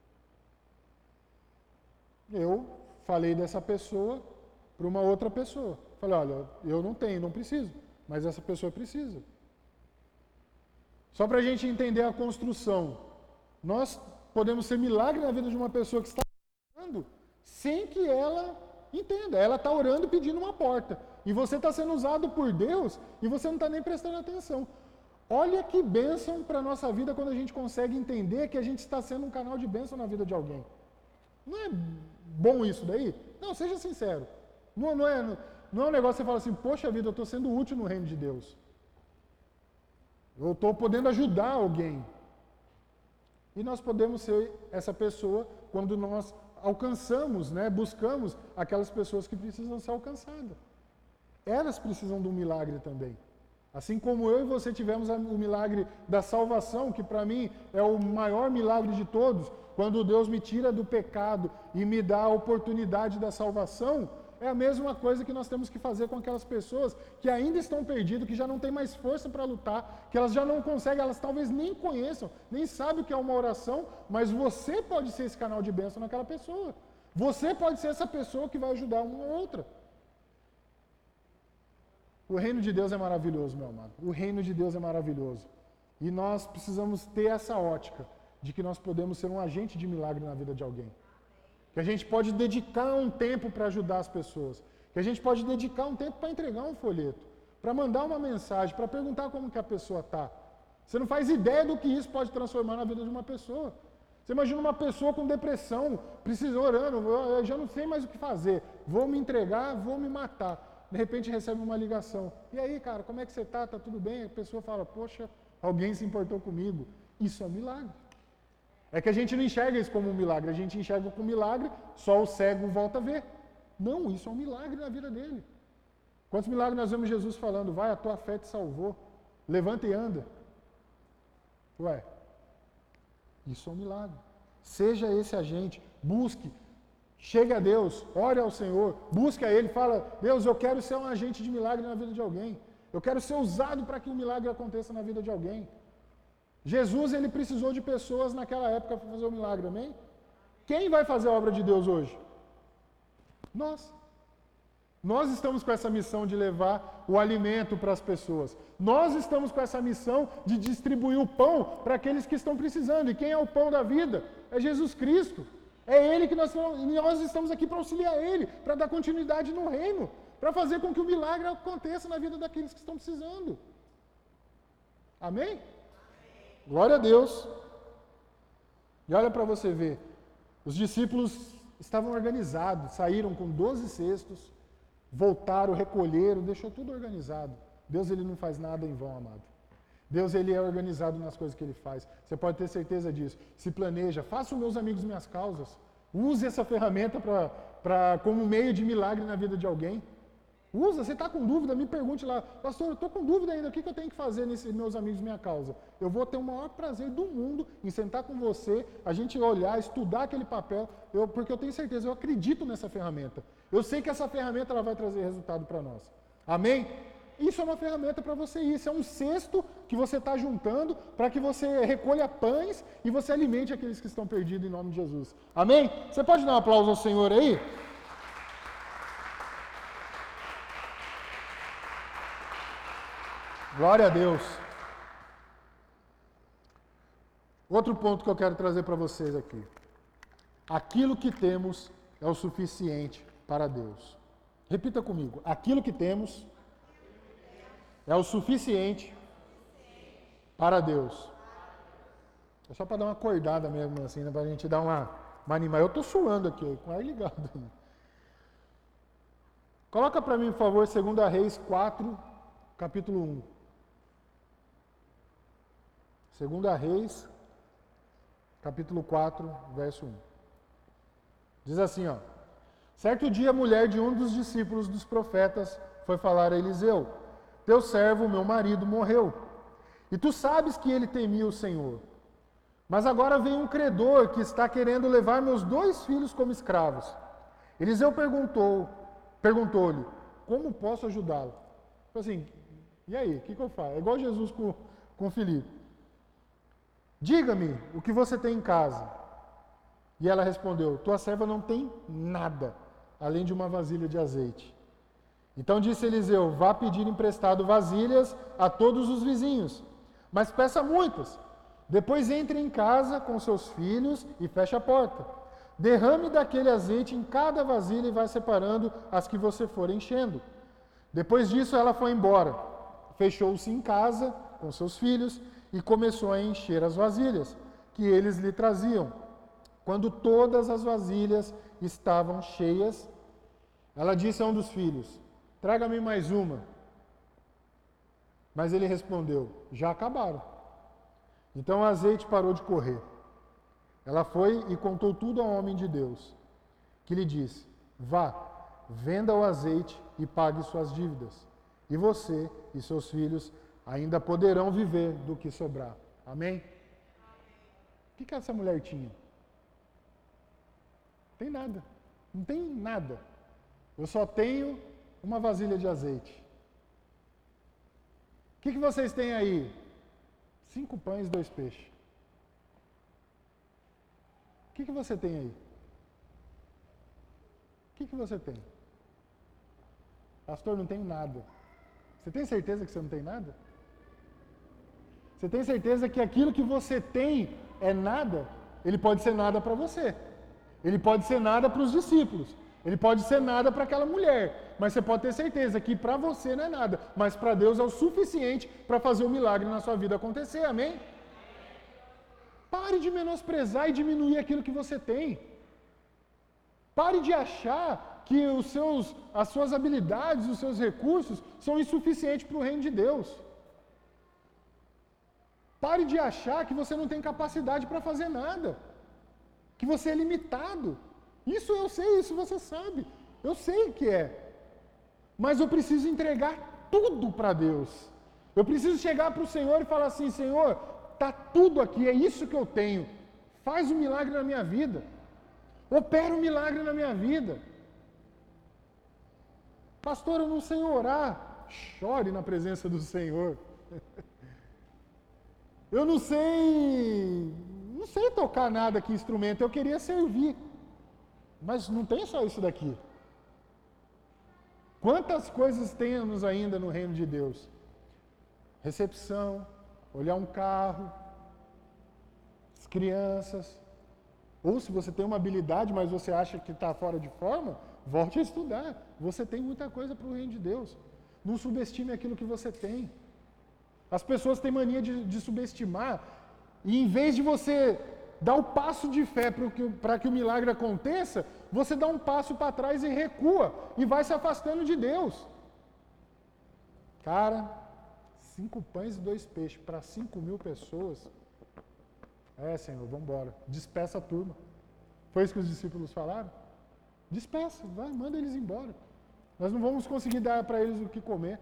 Eu falei dessa pessoa para uma outra pessoa. Falei, olha, eu não tenho, não preciso, mas essa pessoa precisa. Só para a gente entender a construção. Nós podemos ser milagre na vida de uma pessoa que está orando sem que ela entenda. Ela está orando pedindo uma porta. E você está sendo usado por Deus e você não está nem prestando atenção. Olha que bênção para a nossa vida quando a gente consegue entender que a gente está sendo um canal de bênção na vida de alguém. Não é bom isso daí? Não, seja sincero. Não, não, é, não é um negócio que você fala assim, poxa vida, eu estou sendo útil no reino de Deus. Eu estou podendo ajudar alguém. E nós podemos ser essa pessoa quando nós alcançamos, né, buscamos aquelas pessoas que precisam ser alcançadas. Elas precisam de um milagre também. Assim como eu e você tivemos o milagre da salvação, que para mim é o maior milagre de todos, quando Deus me tira do pecado e me dá a oportunidade da salvação, é a mesma coisa que nós temos que fazer com aquelas pessoas que ainda estão perdidas, que já não têm mais força para lutar, que elas já não conseguem, elas talvez nem conheçam, nem sabem o que é uma oração, mas você pode ser esse canal de bênção naquela pessoa. Você pode ser essa pessoa que vai ajudar uma ou outra. O reino de Deus é maravilhoso, meu amado. O reino de Deus é maravilhoso. E nós precisamos ter essa ótica de que nós podemos ser um agente de milagre na vida de alguém. Que a gente pode dedicar um tempo para ajudar as pessoas. Que a gente pode dedicar um tempo para entregar um folheto, para mandar uma mensagem, para perguntar como que a pessoa está. Você não faz ideia do que isso pode transformar na vida de uma pessoa. Você imagina uma pessoa com depressão, precisa orando, eu já não sei mais o que fazer, vou me entregar, vou me matar. De repente recebe uma ligação. E aí, cara, como é que você está? Está tudo bem? A pessoa fala, poxa, alguém se importou comigo. Isso é um milagre. É que a gente não enxerga isso como um milagre. A gente enxerga como um milagre, só o cego volta a ver. Não, isso é um milagre na vida dele. Quantos milagres nós vemos Jesus falando? Vai, a tua fé te salvou. Levanta e anda. Ué, isso é um milagre. Seja esse agente. Busque. Chegue a Deus, ore ao Senhor, busque a Ele, fala, Deus, eu quero ser um agente de milagre na vida de alguém. Eu quero ser usado para que um milagre aconteça na vida de alguém. Jesus, ele precisou de pessoas naquela época para fazer o milagre, amém? Quem vai fazer a obra de Deus hoje? Nós. Nós estamos com essa missão de levar o alimento para as pessoas. Nós estamos com essa missão de distribuir o pão para aqueles que estão precisando. E quem é o pão da vida? É Jesus Cristo. É Ele que nós, nós estamos aqui para auxiliar Ele, para dar continuidade no reino, para fazer com que o milagre aconteça na vida daqueles que estão precisando. Amém? Amém. Glória a Deus. E olha para você ver, os discípulos estavam organizados, saíram com doze cestos, voltaram, recolheram, deixou tudo organizado. Deus, ele não faz nada em vão, amado. Deus, ele é organizado nas coisas que ele faz. Você pode ter certeza disso. Se planeja, faça os meus amigos minhas causas. Use essa ferramenta pra, pra, como meio de milagre na vida de alguém. Usa, você está com dúvida, me pergunte lá, pastor, eu estou com dúvida ainda, o que, que eu tenho que fazer nesses meus amigos minha causa? Eu vou ter o maior prazer do mundo em sentar com você, a gente olhar, estudar aquele papel, eu, porque eu tenho certeza, eu acredito nessa ferramenta. Eu sei que essa ferramenta ela vai trazer resultado para nós. Amém? Isso é uma ferramenta para você ir. Isso é um cesto que você está juntando para que você recolha pães e você alimente aqueles que estão perdidos em nome de Jesus. Amém? Você pode dar um aplauso ao Senhor aí? Glória a Deus. Outro ponto que eu quero trazer para vocês aqui. Aquilo que temos é o suficiente para Deus. Repita comigo. Aquilo que temos é o suficiente para Deus. É só para dar uma acordada mesmo, assim, né? Para a gente dar uma, uma animada. Eu estou suando aqui, com o ar ligado. Coloca para mim, por favor, dois Reis quatro, capítulo um. dois Reis, capítulo quatro, verso um. Diz assim, ó. Certo dia, a mulher de um dos discípulos dos profetas foi falar a Eliseu: teu servo, meu marido, morreu, e tu sabes que ele temia o Senhor. Mas agora vem um credor que está querendo levar meus dois filhos como escravos. Eliseu perguntou, perguntou-lhe, como posso ajudá-lo? Falei assim, e aí, o que, que eu faço? É igual Jesus com, com Filipe. Diga-me o que você tem em casa. E ela respondeu, tua serva não tem nada, além de uma vasilha de azeite. Então disse Eliseu, vá pedir emprestado vasilhas a todos os vizinhos, mas peça muitas. Depois entre em casa com seus filhos e feche a porta. Derrame daquele azeite em cada vasilha e vai separando as que você for enchendo. Depois disso ela foi embora. Fechou-se em casa com seus filhos e começou a encher as vasilhas que eles lhe traziam. Quando todas as vasilhas estavam cheias, ela disse a um dos filhos, traga-me mais uma. Mas ele respondeu, já acabaram. Então o azeite parou de correr. Ela foi e contou tudo ao homem de Deus, que lhe disse, vá, venda o azeite e pague suas dívidas, e você e seus filhos ainda poderão viver do que sobrar. Amém? O que, que essa mulher tinha? Não tem nada. Não tem nada. Eu só tenho uma vasilha de azeite. O que, que vocês têm aí? Cinco pães e dois peixes. O que, que você tem aí? O que, que você tem? Pastor, não tenho nada. Você tem certeza que você não tem nada? Você tem certeza que aquilo que você tem é nada? Ele pode ser nada para você. Ele pode ser nada para os discípulos. Ele pode ser nada para aquela mulher. Mas você pode ter certeza que para você não é nada. Mas para Deus é o suficiente para fazer um milagre na sua vida acontecer. Amém? Pare de menosprezar e diminuir aquilo que você tem. Pare de achar que os seus, as suas habilidades, os seus recursos são insuficientes para o reino de Deus. Pare de achar que você não tem capacidade para fazer nada. Que você é limitado. Isso eu sei, isso você sabe. Eu sei que é. Mas eu preciso entregar tudo para Deus. Eu preciso chegar para o Senhor e falar assim, Senhor, está tudo aqui, é isso que eu tenho. Faz um milagre na minha vida. Opera um milagre na minha vida. Pastor, eu não sei orar. Chore na presença do Senhor. Eu não sei, não sei tocar nada aqui, instrumento, eu queria servir. Mas não tem só isso daqui. Quantas coisas temos ainda no reino de Deus? Recepção, olhar um carro, as crianças. Ou se você tem uma habilidade, mas você acha que está fora de forma, volte a estudar. Você tem muita coisa para o reino de Deus. Não subestime aquilo que você tem. As pessoas têm mania de, de subestimar, e em vez de você dar o passo de fé para que, para que o milagre aconteça, você dá um passo para trás e recua, e vai se afastando de Deus. Cara, cinco pães e dois peixes para cinco mil pessoas. É, Senhor, vamos embora. Despeça a turma. Foi isso que os discípulos falaram? Despeça, vai, manda eles embora. Nós não vamos conseguir dar para eles o que comer.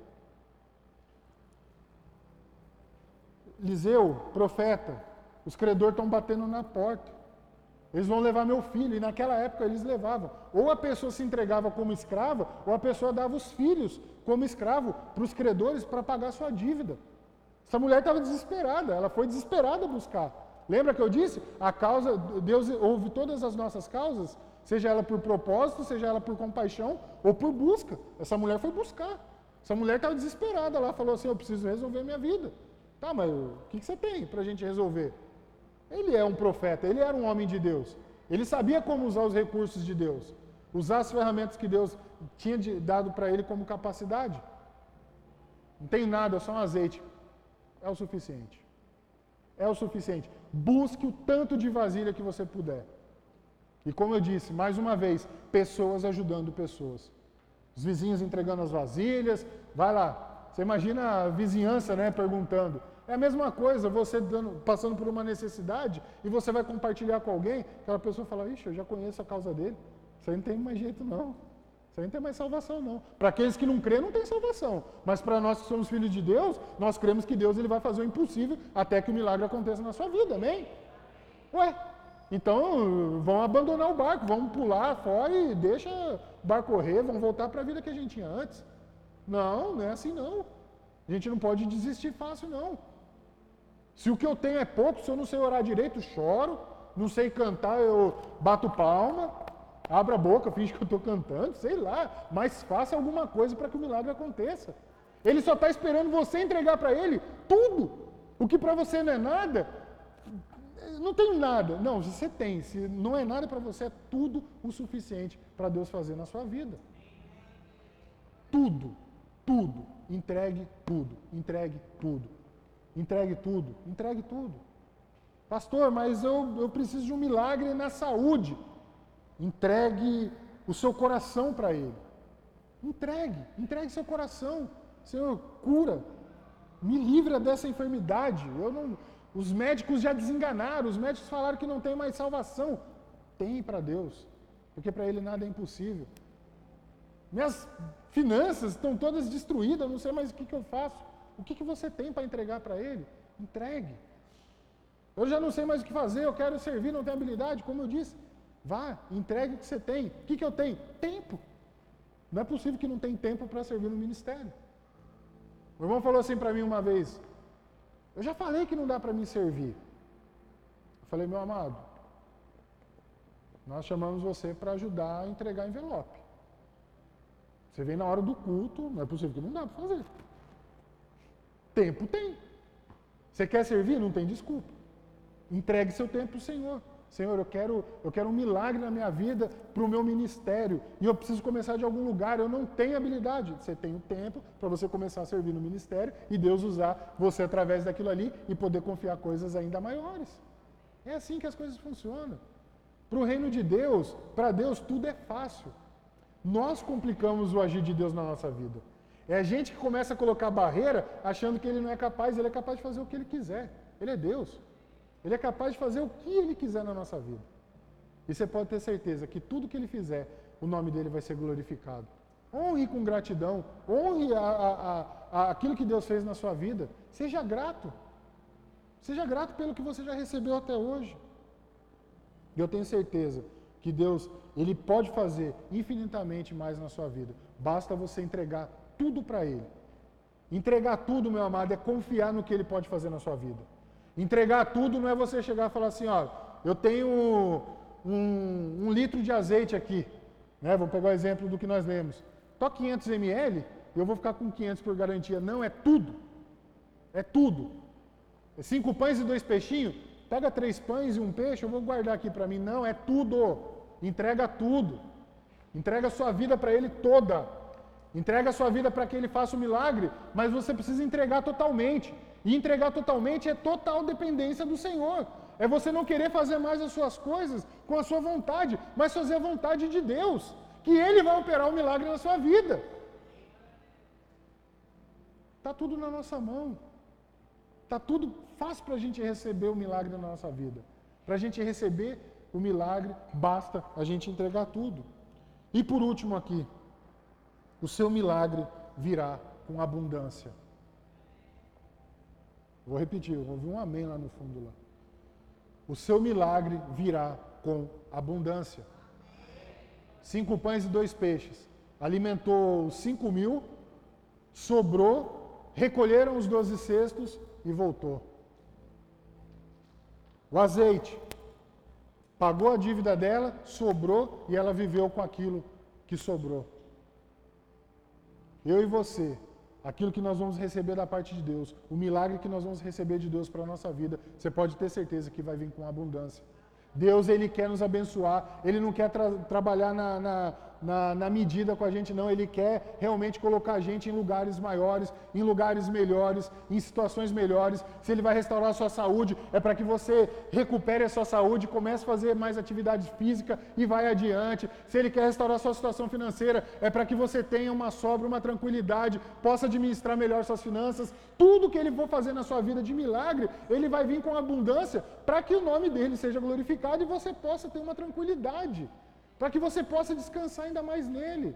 Eliseu, profeta, os credores estão batendo na porta. Eles vão levar meu filho. E naquela época eles levavam. Ou a pessoa se entregava como escrava, ou a pessoa dava os filhos como escravo para os credores para pagar sua dívida. Essa mulher estava desesperada, ela foi desesperada buscar. Lembra que eu disse? A causa, Deus ouve todas as nossas causas, seja ela por propósito, seja ela por compaixão ou por busca. Essa mulher foi buscar. Essa mulher estava desesperada lá, falou assim, eu preciso resolver minha vida. Tá, mas o que, que você tem para a gente resolver? Ele é um profeta, ele era um homem de Deus. Ele sabia como usar os recursos de Deus. Usar as ferramentas que Deus tinha de, dado para ele como capacidade. Não tem nada, é só um azeite. É o suficiente. É o suficiente. Busque o tanto de vasilha que você puder. E como eu disse, mais uma vez, pessoas ajudando pessoas. Os vizinhos entregando as vasilhas, vai lá. Você imagina a vizinhança, né, perguntando. É a mesma coisa, você dando, passando por uma necessidade e você vai compartilhar com alguém, aquela pessoa fala, ixi, eu já conheço a causa dele, isso aí não tem mais jeito não, isso aí não tem mais salvação não. Para aqueles que não creem, não tem salvação, mas para nós que somos filhos de Deus, nós cremos que Deus ele vai fazer o impossível até que o milagre aconteça na sua vida, amém? Ué, então vão abandonar o barco, vão pular fora e deixa o barco correr, vão voltar para a vida que a gente tinha antes. Não, não é assim não. A gente não pode desistir fácil não. Se o que eu tenho é pouco, se eu não sei orar direito, choro, não sei cantar, eu bato palma, abro a boca, finge que eu estou cantando, sei lá, mas faça alguma coisa para que o milagre aconteça. Ele só está esperando você entregar para ele tudo. O que para você não é nada, não tem nada. Não, você tem. Se não é nada para você, é tudo o suficiente para Deus fazer na sua vida. Tudo, tudo. Entregue tudo, entregue tudo. Entregue tudo, entregue tudo. Pastor, mas eu, eu preciso de um milagre na saúde. Entregue o seu coração para Ele. Entregue, entregue seu coração. Senhor, cura. Me livra dessa enfermidade. Eu não, os médicos já desenganaram, os médicos falaram que não tem mais salvação. Tem para Deus, porque para Ele nada é impossível. Minhas finanças estão todas destruídas, eu não sei mais o que, que eu faço. O que, que você tem para entregar para Ele? Entregue. Eu já não sei mais o que fazer, eu quero servir, não tenho habilidade, como eu disse. Vá, entregue o que você tem. O que, que eu tenho? Tempo. Não é possível que não tenha tempo para servir no ministério. O irmão falou assim para mim uma vez, eu já falei que não dá para mim servir. Eu falei, meu amado, nós chamamos você para ajudar a entregar envelope. Você vem na hora do culto, não é possível que não dá para fazer. Tempo tem. Você quer servir? Não tem desculpa. Entregue seu tempo para o Senhor. Senhor, eu quero, eu quero um milagre na minha vida para o meu ministério. E eu preciso começar de algum lugar. Eu não tenho habilidade. Você tem o tempo para você começar a servir no ministério e Deus usar você através daquilo ali e poder confiar coisas ainda maiores. É assim que as coisas funcionam. Para o reino de Deus, para Deus tudo é fácil. Nós complicamos o agir de Deus na nossa vida. É a gente que começa a colocar barreira achando que ele não é capaz, ele é capaz de fazer o que ele quiser. Ele é Deus. Ele é capaz de fazer o que ele quiser na nossa vida. E você pode ter certeza que tudo que ele fizer, o nome dele vai ser glorificado. Honre com gratidão, honre a, a, a, aquilo que Deus fez na sua vida. Seja grato. Seja grato pelo que você já recebeu até hoje. E eu tenho certeza que Deus, ele pode fazer infinitamente mais na sua vida. Basta você entregar tudo para Ele. Entregar tudo, meu amado, é confiar no que Ele pode fazer na sua vida. Entregar tudo não é você chegar e falar assim, ó, eu tenho um, um litro de azeite aqui, né? Vamos pegar o exemplo do que nós lemos. Só quinhentos mililitros, eu vou ficar com quinhentos por garantia. Não, é tudo. É tudo. É cinco pães e dois peixinhos, pega três pães e um peixe, eu vou guardar aqui para mim. Não, é tudo. Entrega tudo. Entrega a sua vida para Ele toda. Entrega a sua vida para que Ele faça o milagre, mas você precisa entregar totalmente. E entregar totalmente é total dependência do Senhor. É você não querer fazer mais as suas coisas com a sua vontade, mas fazer a vontade de Deus, que Ele vai operar o milagre na sua vida. Está tudo na nossa mão. Está tudo fácil para a gente receber o milagre na nossa vida. Para a gente receber o milagre, basta a gente entregar tudo. E por último aqui, o seu milagre virá com abundância. Vou repetir, eu ouvi um amém lá no fundo lá. O seu milagre virá com abundância. Cinco pães e dois peixes. Alimentou cinco mil, sobrou, recolheram os doze cestos e voltou. O azeite. Pagou a dívida dela, sobrou e ela viveu com aquilo que sobrou. Eu e você, aquilo que nós vamos receber da parte de Deus, o milagre que nós vamos receber de Deus para a nossa vida, você pode ter certeza que vai vir com abundância. Deus, Ele quer nos abençoar, Ele não quer tra- trabalhar na, na, na, na medida com a gente, não. Ele quer realmente colocar a gente em lugares maiores, em lugares melhores, em situações melhores. Se Ele vai restaurar a sua saúde, é para que você recupere a sua saúde, comece a fazer mais atividade física e vai adiante. Se Ele quer restaurar a sua situação financeira, é para que você tenha uma sobra, uma tranquilidade, possa administrar melhor suas finanças. Tudo que Ele for fazer na sua vida de milagre, Ele vai vir com abundância para que o nome dEle seja glorificado e você possa ter uma tranquilidade, para que você possa descansar ainda mais nele.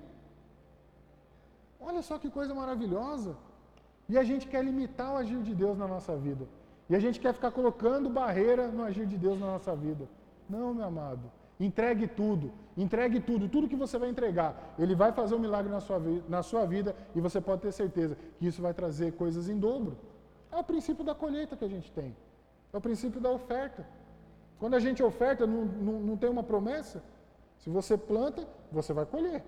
Olha só que coisa maravilhosa. E a gente quer limitar o agir de Deus na nossa vida. E a gente quer ficar colocando barreira no agir de Deus na nossa vida. Não, meu amado. Entregue tudo. Entregue tudo. Tudo que você vai entregar. Ele vai fazer um milagre na sua, na sua vida e você pode ter certeza que isso vai trazer coisas em dobro. É o princípio da colheita que a gente tem. É o princípio da oferta. Quando a gente oferta, não, não, não tem uma promessa. Se você planta, você vai colher.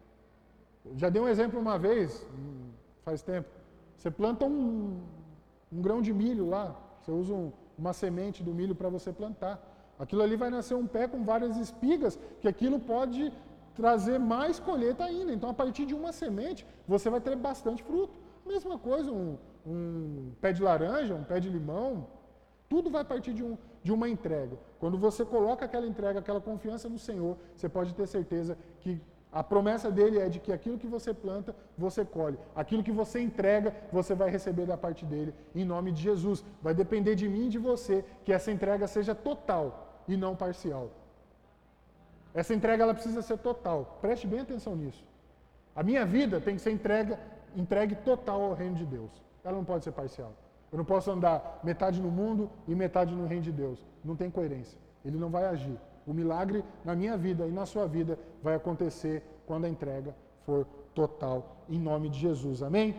Já dei um exemplo uma vez, faz tempo. Você planta um, um grão de milho lá, você usa um, uma semente do milho para você plantar. Aquilo ali vai nascer um pé com várias espigas, que aquilo pode trazer mais colheita ainda. Então, a partir de uma semente, você vai ter bastante fruto. Mesma coisa, um, um pé de laranja, um pé de limão, tudo vai partir de, um, de uma entrega. Quando você coloca aquela entrega, aquela confiança no Senhor, você pode ter certeza que a promessa dele é de que aquilo que você planta, você colhe. Aquilo que você entrega, você vai receber da parte dele, em nome de Jesus. Vai depender de mim e de você, que essa entrega seja total e não parcial. Essa entrega ela precisa ser total. Preste bem atenção nisso. A minha vida tem que ser entrega, entregue total ao reino de Deus. Ela não pode ser parcial. Eu não posso andar metade no mundo e metade no reino de Deus. Não tem coerência. Ele não vai agir. O milagre na minha vida e na sua vida vai acontecer quando a entrega for total, em nome de Jesus. Amém?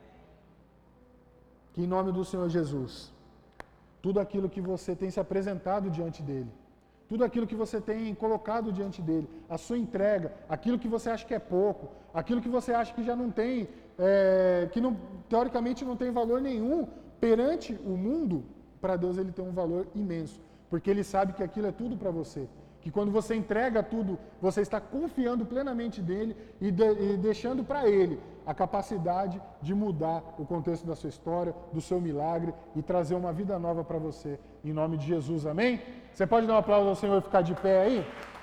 Que em nome do Senhor Jesus, tudo aquilo que você tem se apresentado diante dele, tudo aquilo que você tem colocado diante dele, a sua entrega, aquilo que você acha que é pouco, aquilo que você acha que já não tem, é, que não, teoricamente não tem valor nenhum, perante o mundo, para Deus ele tem um valor imenso. Porque Ele sabe que aquilo é tudo para você. Que quando você entrega tudo, você está confiando plenamente nele e, de, e deixando para Ele a capacidade de mudar o contexto da sua história, do seu milagre e trazer uma vida nova para você. Em nome de Jesus, amém? Você pode dar um aplauso ao Senhor e ficar de pé aí?